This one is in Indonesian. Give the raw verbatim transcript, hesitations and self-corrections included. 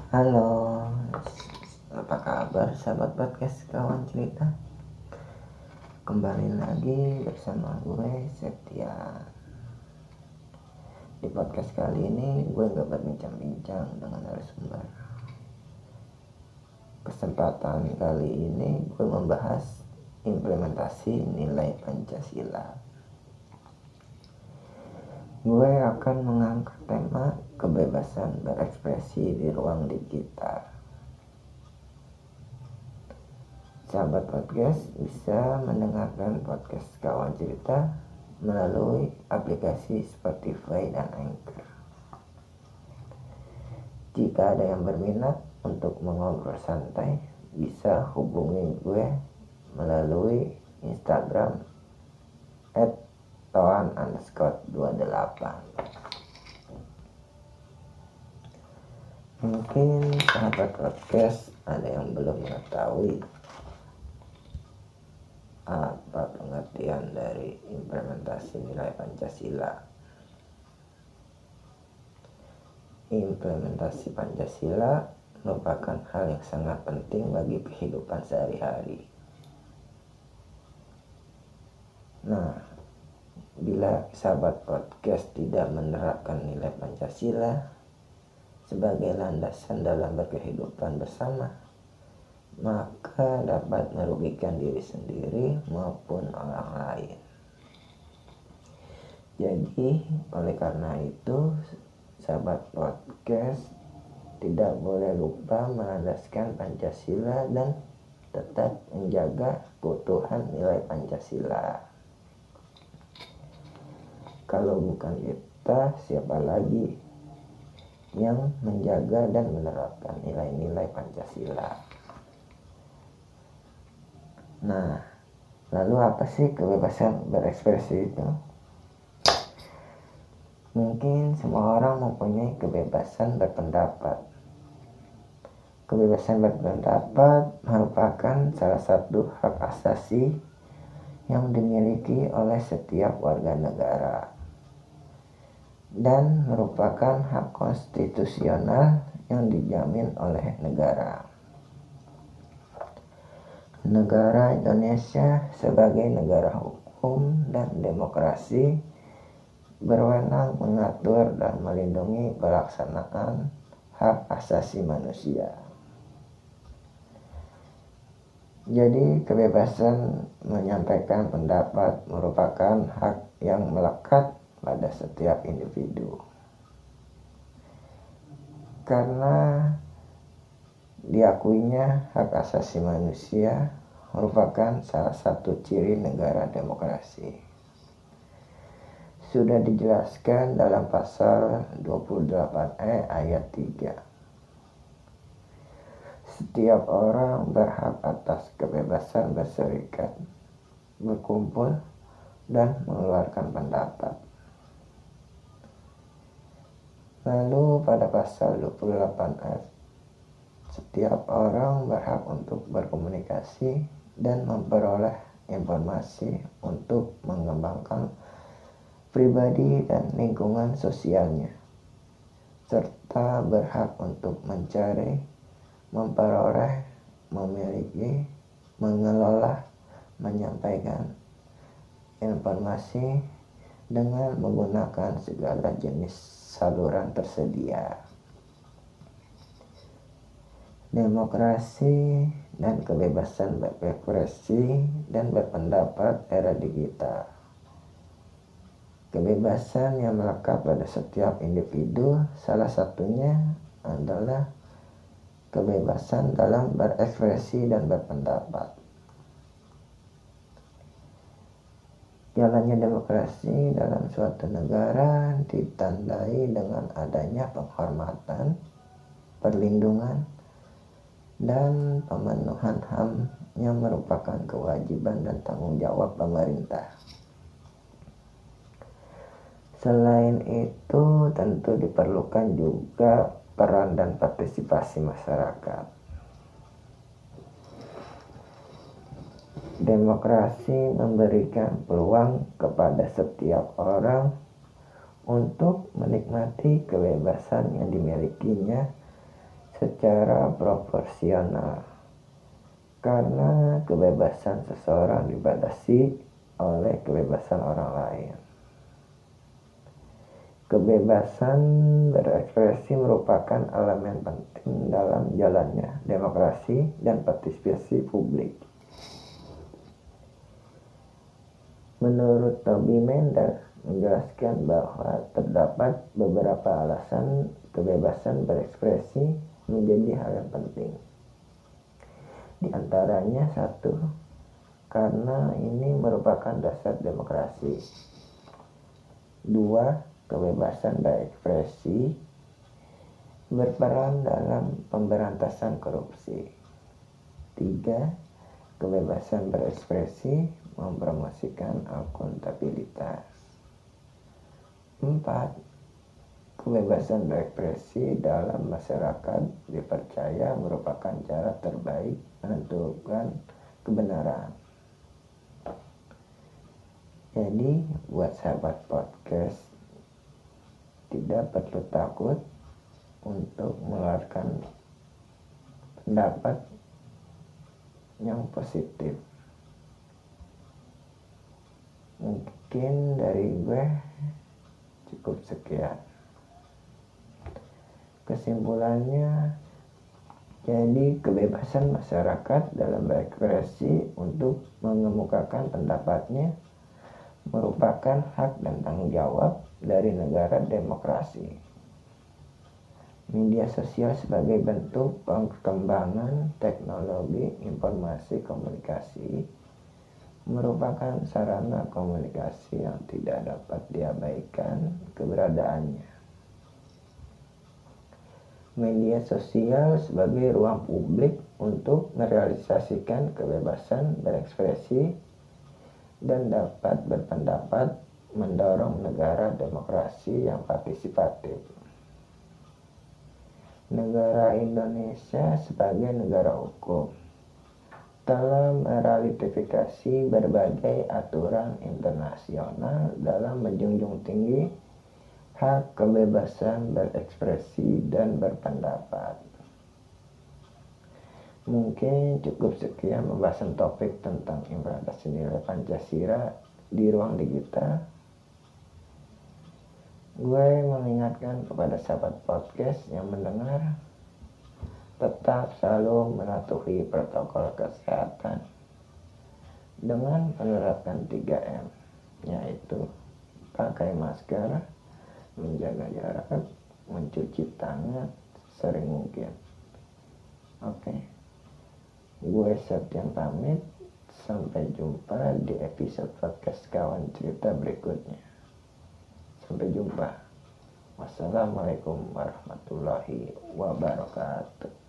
Halo, apa kabar sahabat podcast kawan cerita? Kembali lagi bersama gue Setia. Di podcast kali ini gue gak berbincang-bincang dengan narasumber. Kesempatan kali ini gue membahas implementasi nilai Pancasila. Gue akan mengangkat tema kebebasan berekspresi di ruang digital. Sahabat podcast bisa mendengarkan podcast kawan cerita melalui aplikasi Spotify dan Anchor. Jika ada yang berminat untuk mengobrol santai, bisa hubungi gue melalui Instagram at toan underscore dua puluh delapan. Mungkin sahabat podcast ada yang belum mengetahui apa pengertian dari implementasi nilai Pancasila. Implementasi Pancasila merupakan hal yang sangat penting bagi kehidupan sehari-hari. Nah, bila sahabat podcast tidak menerapkan nilai Pancasila sebagai landasan dalam berkehidupan bersama, maka dapat merugikan diri sendiri maupun orang lain. Jadi, oleh karena itu, sahabat podcast tidak boleh lupa melandaskan Pancasila dan tetap menjaga keutuhan nilai Pancasila. Kalau bukan kita, siapa lagi yang menjaga dan menerapkan nilai-nilai Pancasila? Nah, lalu apa sih kebebasan berekspresi itu? Mungkin semua orang mempunyai kebebasan berpendapat. Kebebasan berpendapat merupakan salah satu hak asasi yang dimiliki oleh setiap warga negara dan merupakan hak konstitusional yang dijamin oleh negara. Negara Indonesia sebagai negara hukum dan demokrasi berwenang mengatur dan melindungi pelaksanaan hak asasi manusia. Jadi kebebasan menyampaikan pendapat merupakan hak yang melekat pada setiap individu. Karena diakuinya hak asasi manusia merupakan salah satu ciri negara demokrasi. Sudah dijelaskan dalam pasal dua puluh delapan E ayat tiga. Setiap orang berhak atas kebebasan berserikat, berkumpul, dan mengeluarkan pendapat. Lalu pada pasal dua puluh delapan F, setiap orang berhak untuk berkomunikasi dan memperoleh informasi untuk mengembangkan pribadi dan lingkungan sosialnya, serta berhak untuk mencari, memperoleh, memiliki, mengelola, menyampaikan informasi dengan menggunakan segala jenis saluran tersedia. Demokrasi dan kebebasan berekspresi dan berpendapat era digital. Kebebasan yang melekat pada setiap individu, salah satunya adalah kebebasan dalam berekspresi dan berpendapat. Jalannya demokrasi dalam suatu negara ditandai dengan adanya penghormatan, perlindungan, dan pemenuhan H A M yang merupakan kewajiban dan tanggung jawab pemerintah. Selain itu, tentu diperlukan juga peran dan partisipasi masyarakat. Demokrasi memberikan peluang kepada setiap orang untuk menikmati kebebasan yang dimilikinya secara proporsional, karena kebebasan seseorang dibatasi oleh kebebasan orang lain. Kebebasan berekspresi merupakan elemen penting dalam jalannya demokrasi dan partisipasi publik. Menurut Toby Mendel menjelaskan bahwa terdapat beberapa alasan kebebasan berekspresi menjadi hal yang penting. Di antaranya satu, karena ini merupakan dasar demokrasi. Dua, kebebasan berekspresi berperan dalam pemberantasan korupsi. Tiga, kebebasan berekspresi mempromosikan akuntabilitas. Empat, kebebasan berekspresi dalam masyarakat dipercaya merupakan cara terbaik menentukan kebenaran. Jadi buat sahabat podcast, tidak perlu takut untuk mengeluarkan pendapat yang positif. Mungkin dari gue cukup sekian. Kesimpulannya, jadi kebebasan masyarakat dalam berekspresi untuk mengemukakan pendapatnya merupakan hak dan tanggung jawab dari negara demokrasi. Media sosial sebagai bentuk perkembangan teknologi informasi komunikasi merupakan sarana komunikasi yang tidak dapat diabaikan keberadaannya. Media sosial sebagai ruang publik untuk merealisasikan kebebasan berekspresi dan dapat berpendapat mendorong negara demokrasi yang partisipatif. Negara Indonesia sebagai negara hukum telah meratifikasi berbagai aturan internasional dalam menjunjung tinggi hak kebebasan berekspresi dan berpendapat. Mungkin cukup sekian pembahasan topik tentang implementasi nilai Pancasila di ruang digital. Gue mengingatkan kepada sahabat podcast yang mendengar, tetap selalu mematuhi protokol kesehatan dengan menerapkan tiga M, yaitu pakai masker, menjaga jarak, mencuci tangan sering mungkin. Oke, gue Septian pamit. Sampai jumpa di episode podcast kawan cerita berikutnya. Sampai jumpa. Wassalamualaikum warahmatullahi wabarakatuh.